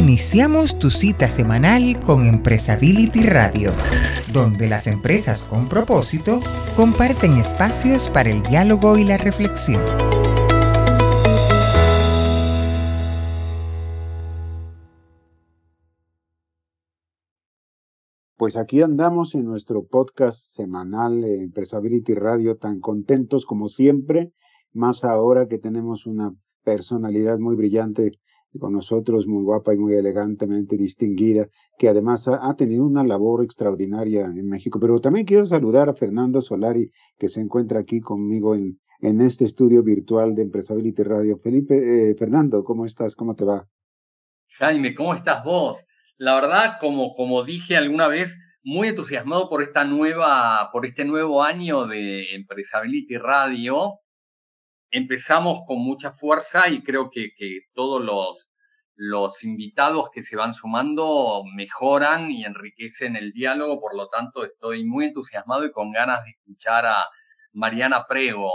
Iniciamos tu cita semanal con Empresability Radio, donde las empresas con propósito comparten espacios para el diálogo y la reflexión. Pues aquí andamos en nuestro podcast semanal Empresability Radio, tan contentos como siempre, más ahora que tenemos una personalidad muy brillante con nosotros, muy guapa y muy elegantemente distinguida, que además ha tenido una labor extraordinaria en México. Pero también quiero saludar a Fernando Solari, que se encuentra aquí conmigo en este estudio virtual de Empresability Radio. Fernando, ¿cómo estás? ¿Cómo te va? Jaime, ¿cómo estás vos? La verdad, como dije alguna vez, muy entusiasmado por este nuevo año de Empresability Radio. Empezamos con mucha fuerza y creo que todos los invitados que se van sumando mejoran y enriquecen el diálogo. Por lo tanto, estoy muy entusiasmado y con ganas de escuchar a Mariana Prego.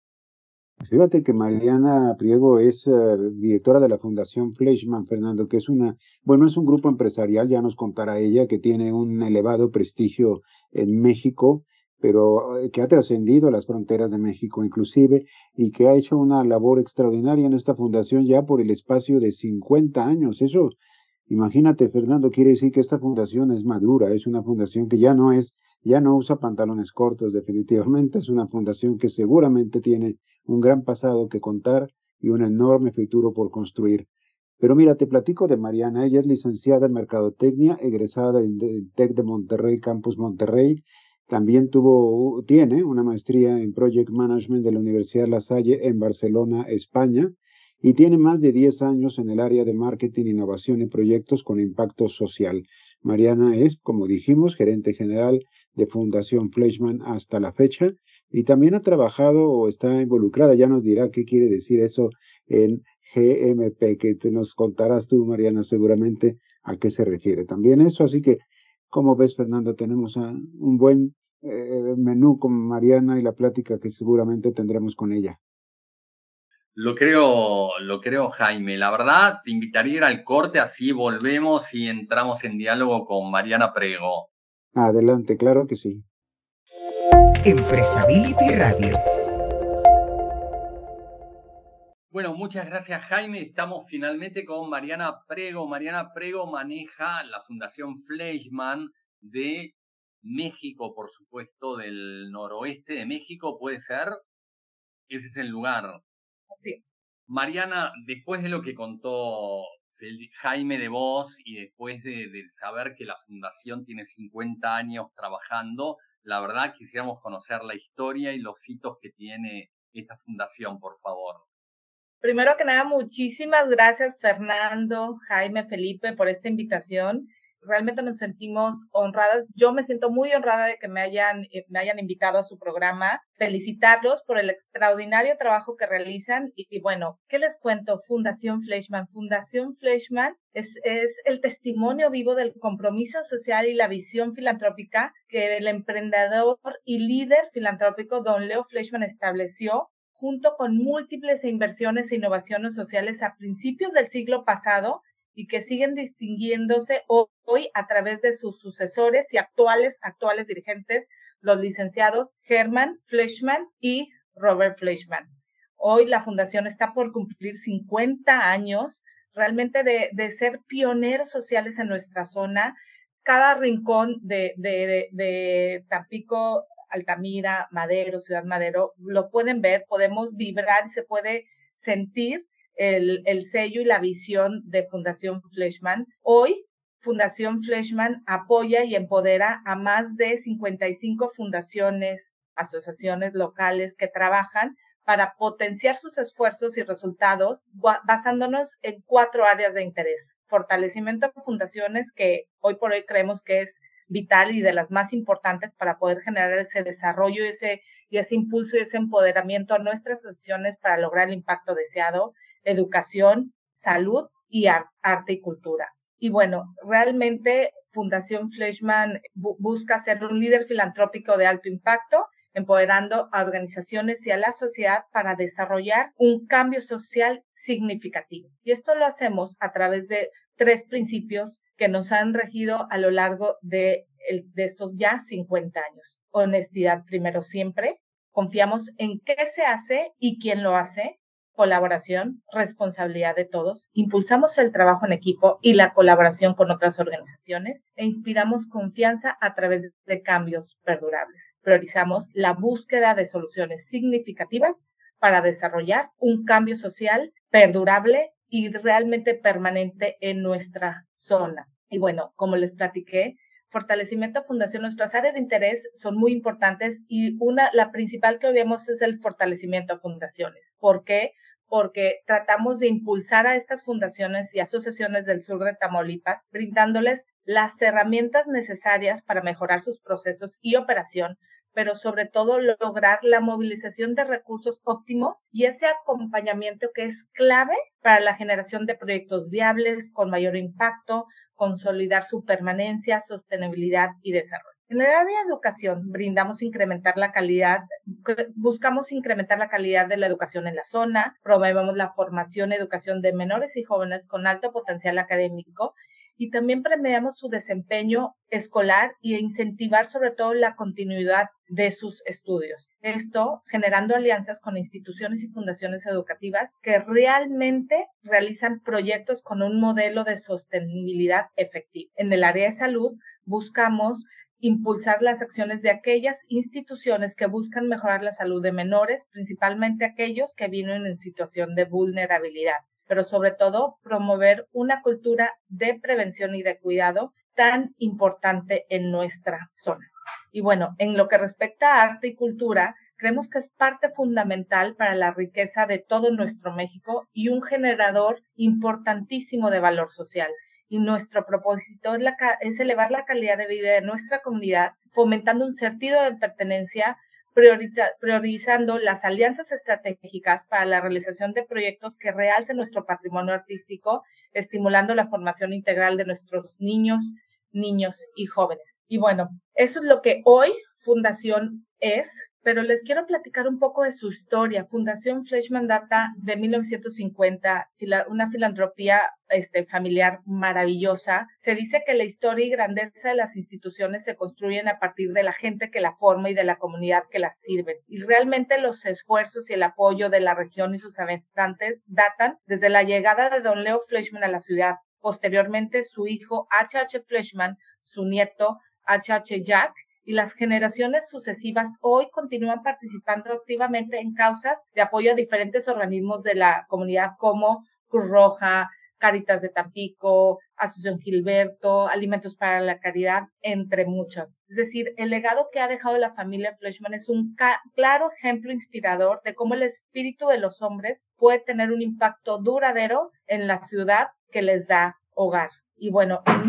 Fíjate que Mariana Priego es directora de la Fundación Fleischmann, Fernando, que es es un grupo empresarial, ya nos contará ella, que tiene un elevado prestigio en México, pero que ha trascendido las fronteras de México inclusive, y que ha hecho una labor extraordinaria en esta fundación ya por el espacio de 50 años. Eso, imagínate, Fernando, quiere decir que esta fundación es madura, es una fundación que ya no usa pantalones cortos, definitivamente, es una fundación que seguramente tiene un gran pasado que contar y un enorme futuro por construir. Pero mira, te platico de Mariana. Ella es licenciada en Mercadotecnia, egresada del TEC de Monterrey, Campus Monterrey. También tiene una maestría en Project Management de la Universidad La Salle en Barcelona, España, y tiene más de 10 años en el área de marketing, innovación y proyectos con impacto social. Mariana es, como dijimos, gerente general de Fundación Fleischmann hasta la fecha, y también ha trabajado o está involucrada, ya nos dirá qué quiere decir eso en GMP, que te nos contarás tú, Mariana, seguramente a qué se refiere también eso. Así que, como ves, Fernando, tenemos un buen menú con Mariana y la plática que seguramente tendremos con ella. Lo creo, Jaime. La verdad, te invitaría a ir al corte, así volvemos y entramos en diálogo con Mariana Prego. Adelante, claro que sí. Empresability Radio. Bueno, muchas gracias, Jaime. Estamos finalmente con Mariana Prego. Mariana Prego maneja la Fundación Fleischmann de México, por supuesto, del noroeste de México, ¿puede ser? Ese es el lugar. Sí. Mariana, después de lo que contó Jaime de vos y después de saber que la fundación tiene 50 años trabajando, la verdad quisiéramos conocer la historia y los hitos que tiene esta fundación, por favor. Primero que nada, muchísimas gracias, Fernando, Jaime, Felipe, por esta invitación. Realmente nos sentimos honradas. Yo me siento muy honrada de que me hayan invitado a su programa. Felicitarlos por el extraordinario trabajo que realizan. Y bueno, ¿qué les cuento? Fundación Fleischmann. Fundación Fleischmann es el testimonio vivo del compromiso social y la visión filantrópica que el emprendedor y líder filantrópico don Leo Fleischmann estableció junto con múltiples inversiones e innovaciones sociales a principios del siglo pasado y que siguen distinguiéndose hoy a través de sus sucesores y actuales dirigentes, los licenciados Hermann Fleischmann y Robert Fleischmann. Hoy la fundación está por cumplir 50 años realmente de ser pioneros sociales en nuestra zona. Cada rincón de Tampico, Altamira, Madero, Ciudad Madero, lo pueden ver, podemos vibrar y se puede sentir el sello y la visión de Fundación Fleischmann. Hoy, Fundación Fleischmann apoya y empodera a más de 55 fundaciones, asociaciones locales que trabajan para potenciar sus esfuerzos y resultados basándonos en 4 áreas de interés. Fortalecimiento de fundaciones, que hoy por hoy creemos que es vital y de las más importantes para poder generar ese desarrollo y ese impulso y ese empoderamiento a nuestras asociaciones para lograr el impacto deseado, educación, salud y arte y cultura. Y bueno, realmente Fundación Fleischmann busca ser un líder filantrópico de alto impacto, empoderando a organizaciones y a la sociedad para desarrollar un cambio social significativo. Y esto lo hacemos a través de 3 principios que nos han regido a lo largo de estos ya 50 años. Honestidad primero siempre. Confiamos en qué se hace y quién lo hace. Colaboración, responsabilidad de todos. Impulsamos el trabajo en equipo y la colaboración con otras organizaciones e inspiramos confianza a través de cambios perdurables. Priorizamos la búsqueda de soluciones significativas para desarrollar un cambio social perdurable y realmente permanente en nuestra zona. Y bueno, como les platiqué, fortalecimiento fundación, nuestras áreas de interés son muy importantes y la principal que vemos es el fortalecimiento a fundaciones. ¿Por qué? Porque tratamos de impulsar a estas fundaciones y asociaciones del sur de Tamaulipas, brindándoles las herramientas necesarias para mejorar sus procesos y operación, pero sobre todo lograr la movilización de recursos óptimos y ese acompañamiento que es clave para la generación de proyectos viables con mayor impacto, consolidar su permanencia, sostenibilidad y desarrollo. En el área de educación, buscamos incrementar la calidad de la educación en la zona, promovemos la formación y educación de menores y jóvenes con alto potencial académico y también premiamos su desempeño escolar e incentivar sobre todo la continuidad de sus estudios. Esto generando alianzas con instituciones y fundaciones educativas que realmente realizan proyectos con un modelo de sostenibilidad efectivo. En el área de salud buscamos impulsar las acciones de aquellas instituciones que buscan mejorar la salud de menores, principalmente aquellos que viven en situación de vulnerabilidad, pero sobre todo promover una cultura de prevención y de cuidado tan importante en nuestra zona. Y bueno, en lo que respecta a arte y cultura, creemos que es parte fundamental para la riqueza de todo nuestro México y un generador importantísimo de valor social. Y nuestro propósito es elevar la calidad de vida de nuestra comunidad, fomentando un sentido de pertenencia, priorizando las alianzas estratégicas para la realización de proyectos que realcen nuestro patrimonio artístico, estimulando la formación integral de nuestros niños y jóvenes. Y bueno, eso es lo que hoy Fundación es, pero les quiero platicar un poco de su historia. Fundación Fleischmann data de 1950, una filantropía familiar maravillosa. Se dice que la historia y grandeza de las instituciones se construyen a partir de la gente que la forma y de la comunidad que las sirve. Y realmente los esfuerzos y el apoyo de la región y sus habitantes datan desde la llegada de don Leo Fleischmann a la ciudad. Posteriormente, su hijo H.H. Fleischmann, su nieto H.H. Jack, y las generaciones sucesivas hoy continúan participando activamente en causas de apoyo a diferentes organismos de la comunidad como Cruz Roja, Cáritas de Tampico, Asociación Gilberto, Alimentos para la Caridad, entre muchas. Es decir, el legado que ha dejado la familia Fleischmann es un claro ejemplo inspirador de cómo el espíritu de los hombres puede tener un impacto duradero en la ciudad que les da hogar. Y bueno, en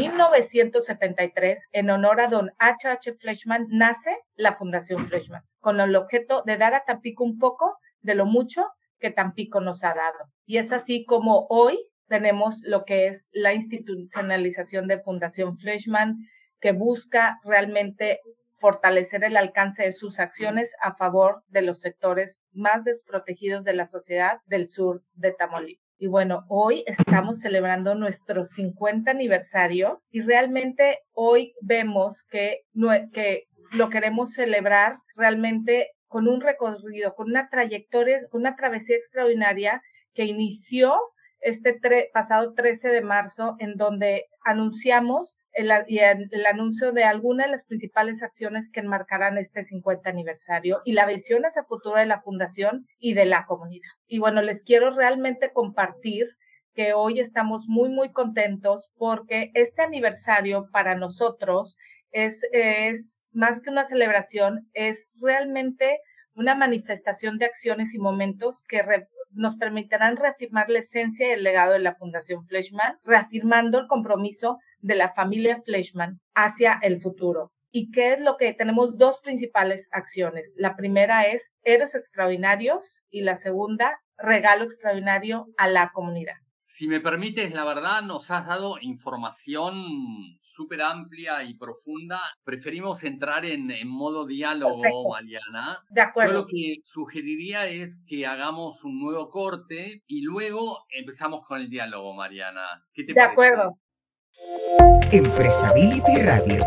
1973, en honor a don H.H. Fleischmann, nace la Fundación Fleischmann, con el objeto de dar a Tampico un poco de lo mucho que Tampico nos ha dado. Y es así como hoy tenemos lo que es la institucionalización de Fundación Fleischmann, que busca realmente fortalecer el alcance de sus acciones a favor de los sectores más desprotegidos de la sociedad del sur de Tamaulipas. Y bueno, hoy estamos celebrando nuestro 50 aniversario y realmente hoy vemos que lo queremos celebrar realmente con un recorrido, con una trayectoria, con una travesía extraordinaria que inició pasado 13 de marzo, en donde anunciamos el anuncio de algunas de las principales acciones que enmarcarán este 50 aniversario y la visión hacia el futuro de la Fundación y de la comunidad. Y bueno, les quiero realmente compartir que hoy estamos muy, muy contentos porque este aniversario para nosotros es más que una celebración, es realmente una manifestación de acciones y momentos que nos permitirán reafirmar la esencia y el legado de la Fundación Fleischmann, reafirmando el compromiso de la familia Fleischmann hacia el futuro. ¿Y qué es lo que tenemos? Dos principales acciones. La primera es Héroes Extraordinarios y la segunda, Regalo Extraordinario a la comunidad. Si me permites, la verdad nos has dado información súper amplia y profunda. Preferimos entrar en modo diálogo, perfecto, Mariana. De acuerdo. Yo lo que sugeriría es que hagamos un nuevo corte y luego empezamos con el diálogo, Mariana. ¿Qué te parece? De acuerdo. Empresability Radio.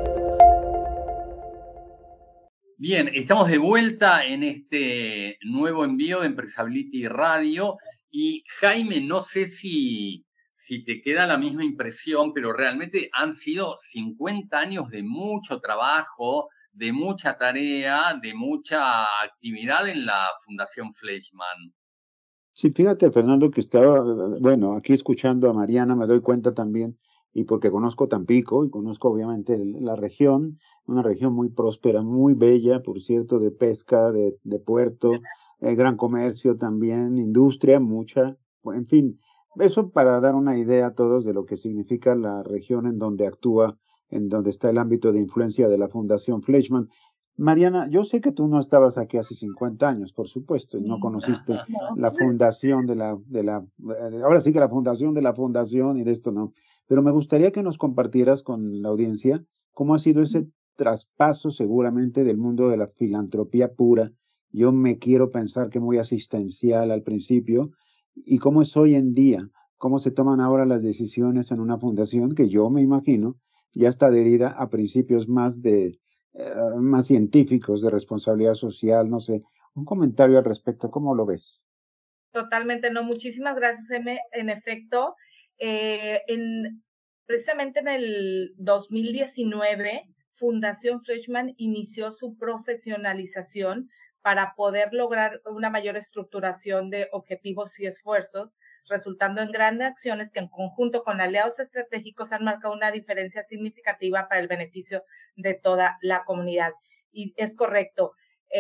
Bien, estamos de vuelta en este nuevo envío de Empresability Radio y Jaime, no sé si te queda la misma impresión, pero realmente han sido 50 años de mucho trabajo, de mucha tarea, de mucha actividad en la Fundación Fleischmann. Sí, fíjate, Fernando, que estaba, bueno, aquí escuchando a Mariana me doy cuenta también, y porque conozco Tampico y conozco obviamente la región, una región muy próspera, muy bella, por cierto, de pesca, de puerto, gran comercio también, industria, mucha, en fin, eso para dar una idea a todos de lo que significa la región en donde actúa, en donde está el ámbito de influencia de la Fundación Fleischmann. Mariana, yo sé que tú no estabas aquí hace 50 años, por supuesto, y no conociste la fundación ahora sí que la fundación de la fundación y de esto no, pero me gustaría que nos compartieras con la audiencia cómo ha sido ese traspaso seguramente del mundo de la filantropía pura. Yo me quiero pensar que muy asistencial al principio, y cómo es hoy en día, cómo se toman ahora las decisiones en una fundación que yo me imagino ya está adherida a principios más científicos de responsabilidad social, no sé, un comentario al respecto, ¿cómo lo ves? Totalmente, no, muchísimas gracias, M. En efecto, precisamente en el 2019, Fundación Fleischmann inició su profesionalización para poder lograr una mayor estructuración de objetivos y esfuerzos, resultando en grandes acciones que en conjunto con aliados estratégicos han marcado una diferencia significativa para el beneficio de toda la comunidad. Y es correcto,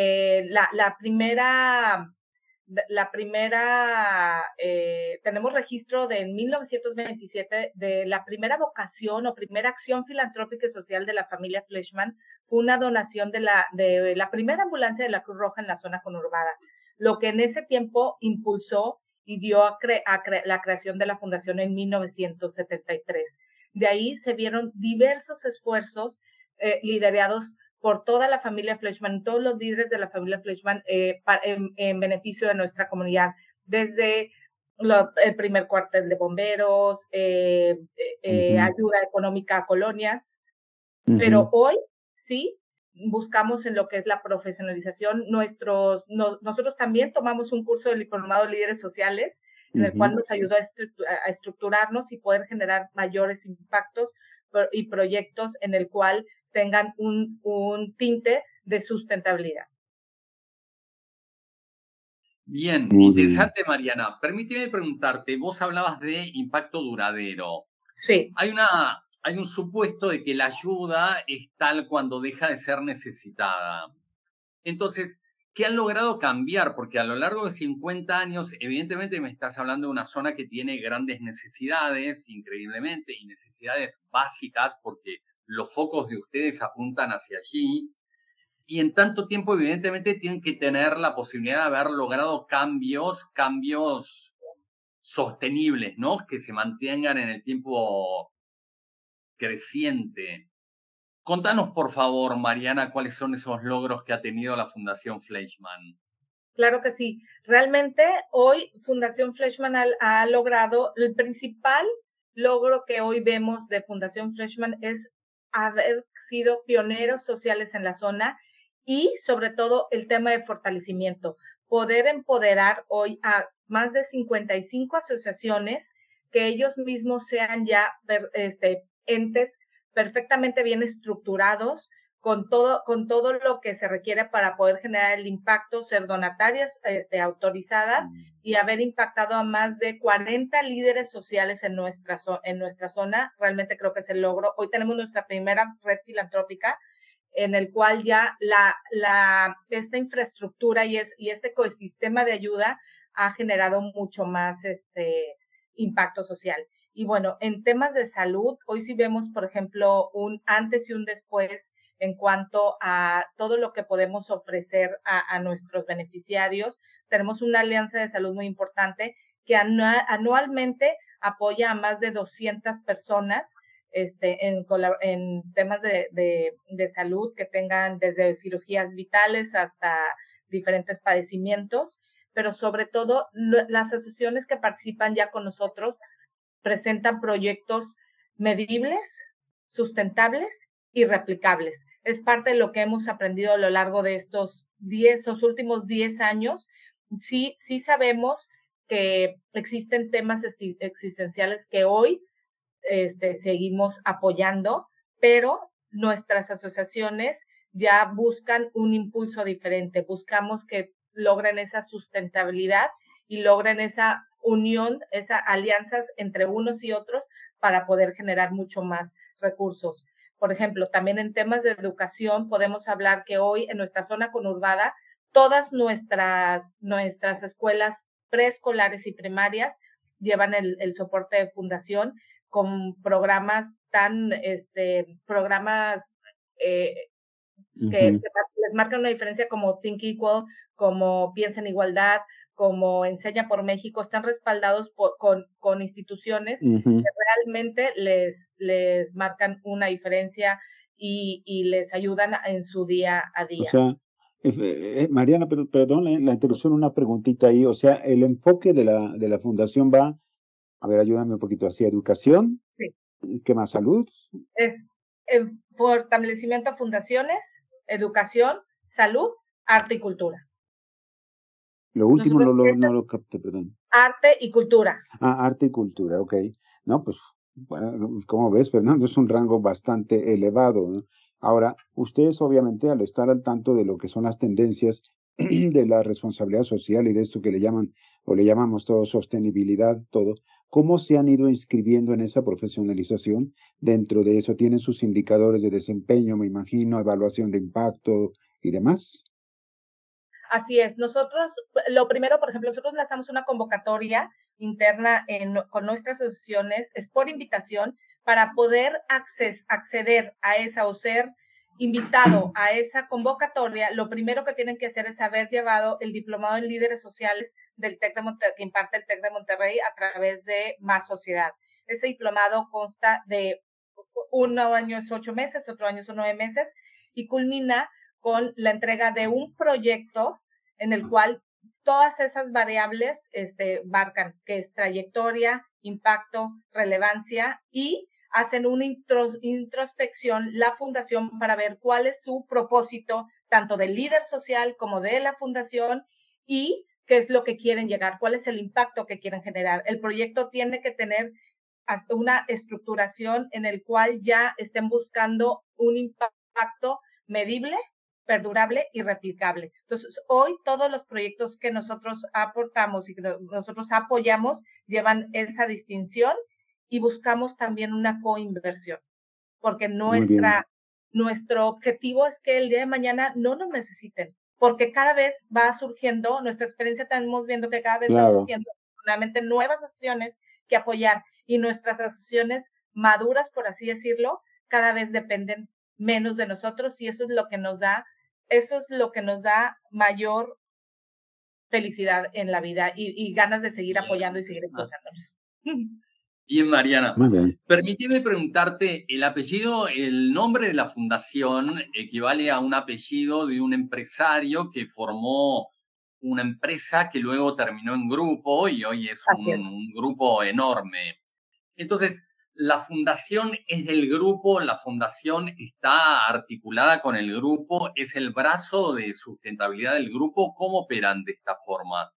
tenemos registro de 1927 de la primera vocación o primera acción filantrópica y social de la familia Fleischmann. Fue una donación de la primera ambulancia de la Cruz Roja en la zona conurbada, lo que en ese tiempo impulsó y dio la creación de la fundación en 1973. De ahí se vieron diversos esfuerzos liderados por toda la familia Fleischmann, todos los líderes de la familia Fleischmann en beneficio de nuestra comunidad, desde el primer cuartel de bomberos, ayuda económica a colonias, pero hoy sí buscamos en lo que es la profesionalización. Nosotros también tomamos un curso del diplomado de líderes sociales, en el cual nos ayudó a estructurarnos y poder generar mayores impactos y proyectos en el cual tengan un tinte de sustentabilidad. Bien, interesante, Mariana. Permíteme preguntarte, vos hablabas de impacto duradero. Sí. Hay un supuesto de que la ayuda es tal cuando deja de ser necesitada. Entonces, ¿qué han logrado cambiar? Porque a lo largo de 50 años, evidentemente me estás hablando de una zona que tiene grandes necesidades, increíblemente, y necesidades básicas, porque los focos de ustedes apuntan hacia allí. Y en tanto tiempo, evidentemente, tienen que tener la posibilidad de haber logrado cambios sostenibles, ¿no? Que se mantengan en el tiempo creciente. Contanos, por favor, Mariana, cuáles son esos logros que ha tenido la Fundación Fleischmann. Claro que sí. Realmente hoy Fundación Fleischmann ha logrado, el principal logro que hoy vemos de Fundación Fleischmann es haber sido pioneros sociales en la zona y sobre todo el tema de fortalecimiento, poder empoderar hoy a más de 55 asociaciones que ellos mismos sean ya entes perfectamente bien estructurados, con todo lo que se requiere para poder generar el impacto, ser donatarias autorizadas y haber impactado a más de 40 líderes sociales en nuestra zona. Realmente creo que es el logro. Hoy tenemos nuestra primera red filantrópica en el cual ya esta infraestructura y este ecosistema de ayuda ha generado mucho más impacto social. Y bueno, en temas de salud, hoy sí vemos, por ejemplo, un antes y un después en cuanto a todo lo que podemos ofrecer a nuestros beneficiarios. Tenemos una alianza de salud muy importante que anualmente apoya a más de 200 personas en temas de salud que tengan desde cirugías vitales hasta diferentes padecimientos, pero sobre todo las asociaciones que participan ya con nosotros presentan proyectos medibles, sustentables y replicables. Es parte de lo que hemos aprendido a lo largo de estos últimos 10 años. Sí sabemos que existen temas existenciales que hoy seguimos apoyando, pero nuestras asociaciones ya buscan un impulso diferente. Buscamos que logren esa sustentabilidad y logren esa unión, esas alianzas entre unos y otros para poder generar mucho más recursos. Por ejemplo, también en temas de educación podemos hablar que hoy en nuestra zona conurbada todas nuestras escuelas preescolares y primarias llevan el soporte de fundación con programas que les marcan una diferencia como Think Equal, como Piensa en Igualdad, como Enseña por México, están respaldados con instituciones que realmente les marcan una diferencia y les ayudan en su día a día. O sea, Mariana, perdón la interrupción, una preguntita ahí. O sea, el enfoque de la fundación va, a ver, ayúdame un poquito, hacia educación. Sí. ¿Qué más? ¿Salud? Es fortalecimiento de fundaciones, educación, salud, arte y cultura. Lo último no lo capté, perdón. Arte y cultura. Arte y cultura, ok. No, pues, bueno, como ves, Fernando, es un rango bastante elevado, ¿no? Ahora, ustedes obviamente al estar al tanto de lo que son las tendencias de la responsabilidad social y de esto que le llaman o le llamamos todo sostenibilidad, todo, ¿cómo se han ido inscribiendo en esa profesionalización? Dentro de eso, ¿tienen sus indicadores de desempeño, me imagino, evaluación de impacto y demás? Así es. Nosotros, lo primero, por ejemplo, nosotros lanzamos una convocatoria interna con nuestras asociaciones, es por invitación, para poder acceder a esa o ser invitado a esa convocatoria. Lo primero que tienen que hacer es haber llevado el diplomado en líderes sociales del TEC de Monterrey, que imparte el TEC de Monterrey a través de Más Sociedad. Ese diplomado consta de un año es 8 meses, otro año son 9 meses y culmina con la entrega de un proyecto en el cual todas esas variables marcan, que es trayectoria, impacto, relevancia, y hacen una introspección la fundación para ver cuál es su propósito, tanto del líder social como de la fundación, y qué es lo que quieren llegar, cuál es el impacto que quieren generar. El proyecto tiene que tener una estructuración en el cual ya estén buscando un impacto medible, perdurable y replicable. Entonces, hoy todos los proyectos que nosotros aportamos y que nosotros apoyamos llevan esa distinción y buscamos también una coinversión, porque nuestro objetivo es que el día de mañana no nos necesiten, porque cada vez va surgiendo, nuestra experiencia estamos viendo que cada vez va surgiendo nuevamente nuevas acciones que apoyar, y nuestras asociaciones maduras, por así decirlo, cada vez dependen menos de nosotros, y eso es lo que nos da mayor felicidad en la vida y ganas de seguir apoyando y seguir impulsándonos. Bien, Mariana. Muy bien. Permíteme preguntarte, el nombre de la fundación equivale a un apellido de un empresario que formó una empresa que luego terminó en grupo y hoy es un grupo enorme. Entonces, la fundación es del grupo, la fundación está articulada con el grupo, es el brazo de sustentabilidad del grupo. ¿Cómo operan de esta forma?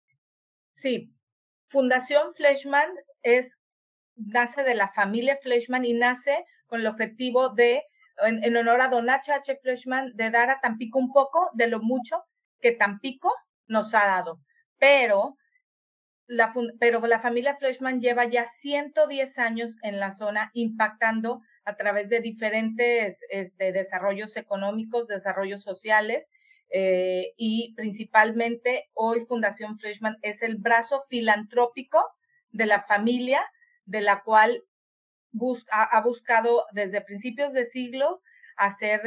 Sí, Fundación Fleischmann nace de la familia Fleischmann y nace con el objetivo de, en honor a don H.H. Fleischmann, de dar a Tampico un poco de lo mucho que Tampico nos ha dado. Pero la familia Fleischmann lleva ya 110 años en la zona, impactando a través de diferentes desarrollos económicos, desarrollos sociales, y principalmente hoy Fundación Fleischmann es el brazo filantrópico de la familia, de la cual ha buscado desde principios de siglo hacer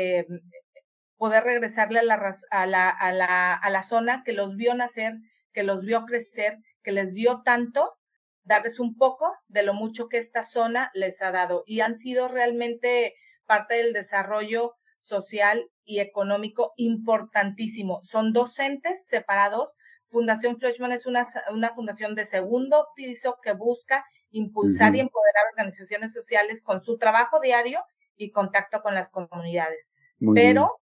poder regresarle a la zona que los vio nacer, que los vio crecer, que les dio tanto, darles un poco de lo mucho que esta zona les ha dado, y han sido realmente parte del desarrollo social y económico importantísimo. Son docentes separados, Fundación Fleischmann es una fundación de segundo piso que busca impulsar y empoderar organizaciones sociales con su trabajo diario y contacto con las comunidades, pero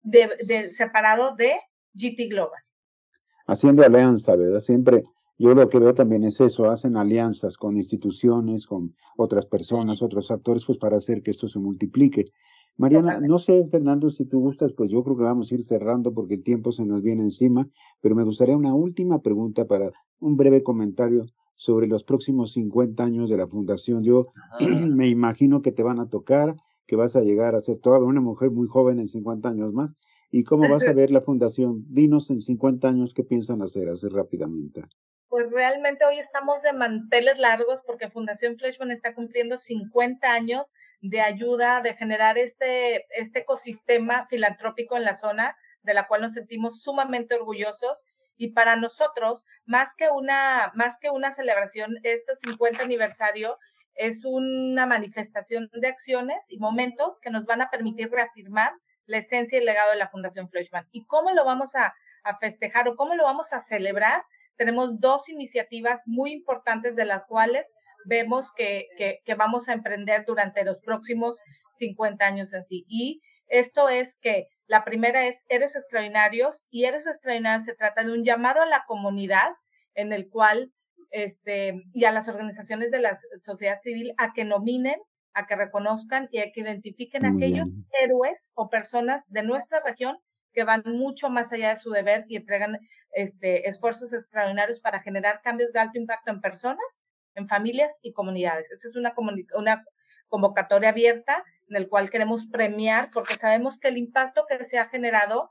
separado de GT Global. Haciendo alianza, ¿verdad? Siempre yo lo que veo también es eso, hacen alianzas con instituciones, con otras personas, otros actores, pues para hacer que esto se multiplique. Mariana, Totalmente. no sé, Fernando, si tú gustas, pues yo creo que vamos a ir cerrando porque el tiempo se nos viene encima, pero me gustaría una última pregunta para un breve comentario sobre los próximos 50 años de la Fundación. Yo me imagino que te van a tocar, que vas a llegar a ser toda una mujer muy joven en 50 años más. ¿Y cómo vas a ver la fundación? Dinos en 50 años qué piensan hacer rápidamente. Pues realmente hoy estamos de manteles largos porque Fundación Fleischmann está cumpliendo 50 años de ayuda, de generar este ecosistema filantrópico en la zona, de la cual nos sentimos sumamente orgullosos. Y para nosotros, más que una celebración, este 50 aniversario es una manifestación de acciones y momentos que nos van a permitir reafirmar la esencia y el legado de la Fundación Fleischmann. ¿Y cómo lo vamos a festejar o cómo lo vamos a celebrar? Tenemos dos iniciativas muy importantes de las cuales vemos que vamos a emprender durante los próximos 50 años en sí. Y esto es que la primera es Héroes Extraordinarios, y Héroes Extraordinarios se trata de un llamado a la comunidad en el cual, y a las organizaciones de la sociedad civil a que nominen, a que reconozcan y a que identifiquen a aquellos héroes o personas de nuestra región que van mucho más allá de su deber y entregan esfuerzos extraordinarios para generar cambios de alto impacto en personas, en familias y comunidades. Esa es una convocatoria abierta en el cual queremos premiar, porque sabemos que el impacto que se ha generado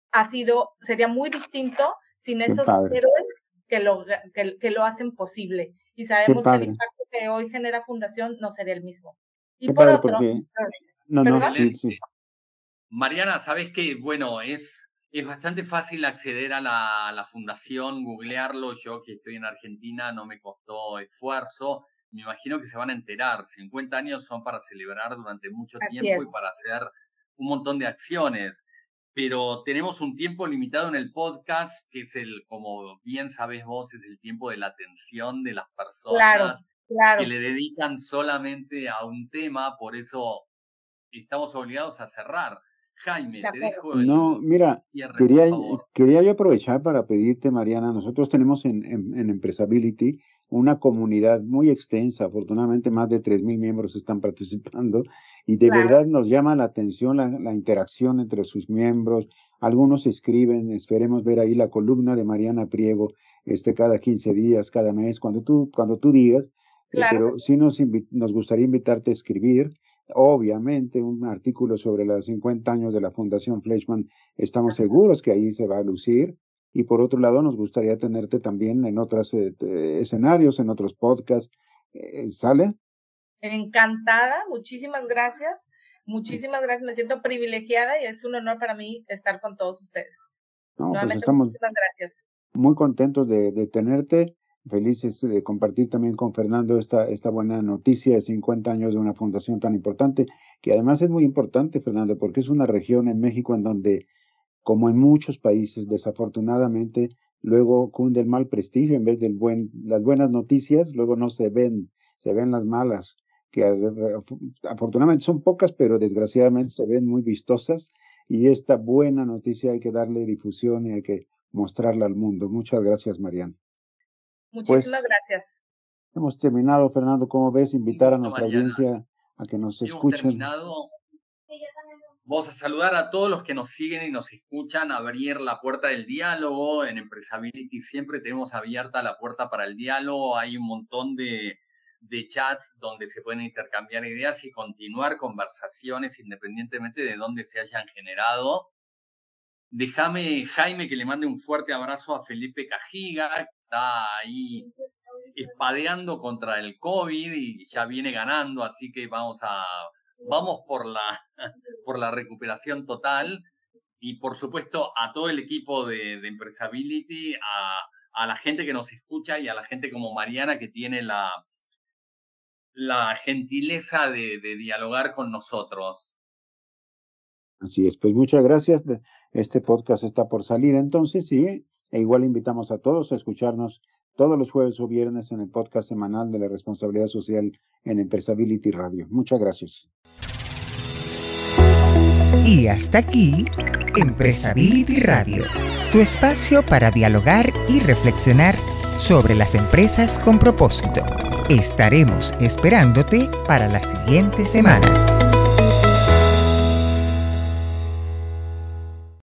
sería muy distinto sin esos héroes que lo hacen posible. Y sabemos que el impacto que hoy genera Fundación no sería el mismo. Y Qué por padre, otro, sí. Mariana, ¿sabes qué? Bueno, es bastante fácil acceder a la fundación, googlearlo. Yo que estoy en Argentina no me costó esfuerzo. Me imagino que se van a enterar. 50 años son para celebrar durante mucho tiempo y para hacer un montón de acciones. Pero tenemos un tiempo limitado en el podcast, que es como bien sabés vos, es el tiempo de la atención de las personas que le dedican solamente a un tema. Por eso estamos obligados a cerrar. Jaime, te dejo el cierre, por favor. Quería yo aprovechar para pedirte, Mariana, nosotros tenemos en Empresability una comunidad muy extensa, afortunadamente más de 3,000 miembros están participando y de verdad nos llama la atención la interacción entre sus miembros. Algunos escriben, esperemos ver ahí la columna de Mariana Priego cada 15 días, cada mes, cuando tú digas, pero sí nos gustaría invitarte a escribir. Obviamente, un artículo sobre los 50 años de la Fundación Fleischmann, estamos seguros que ahí se va a lucir. Y por otro lado, nos gustaría tenerte también en otros escenarios, en otros podcasts. ¿Sale? Encantada, muchísimas gracias. Muchísimas gracias, me siento privilegiada y es un honor para mí estar con todos ustedes. No, nuevamente, pues estamos muchísimas gracias. Muy contentos de tenerte. Felices de compartir también con Fernando esta buena noticia de 50 años de una fundación tan importante, que además es muy importante, Fernando, porque es una región en México en donde, como en muchos países, desafortunadamente, luego cunde el mal prestigio en vez de las buenas noticias, luego no se ven las malas, que afortunadamente son pocas, pero desgraciadamente se ven muy vistosas, y esta buena noticia hay que darle difusión y hay que mostrarla al mundo. Muchas gracias, Mariana. Muchísimas gracias. Hemos terminado, Fernando. ¿Cómo ves? Invitar a nuestra audiencia a que nos escuchen. Hemos terminado. Vamos a saludar a todos los que nos siguen y nos escuchan, abrir la puerta del diálogo. En Empresability siempre tenemos abierta la puerta para el diálogo. Hay un montón de chats donde se pueden intercambiar ideas y continuar conversaciones independientemente de dónde se hayan generado. Déjame, Jaime, que le mande un fuerte abrazo a Felipe Cajiga, que está ahí espadeando contra el COVID y ya viene ganando, así que vamos por la recuperación total. Y por supuesto a todo el equipo de Empresability, a la gente que nos escucha y a la gente como Mariana, que tiene la gentileza de dialogar con nosotros. Así es, pues muchas gracias. Este podcast está por salir entonces y E igual invitamos a todos a escucharnos todos los jueves o viernes en el podcast semanal de la responsabilidad social en Empresability Radio. Muchas gracias. Y hasta aquí, Empresability Radio, tu espacio para dialogar y reflexionar sobre las empresas con propósito. Estaremos esperándote para la siguiente semana.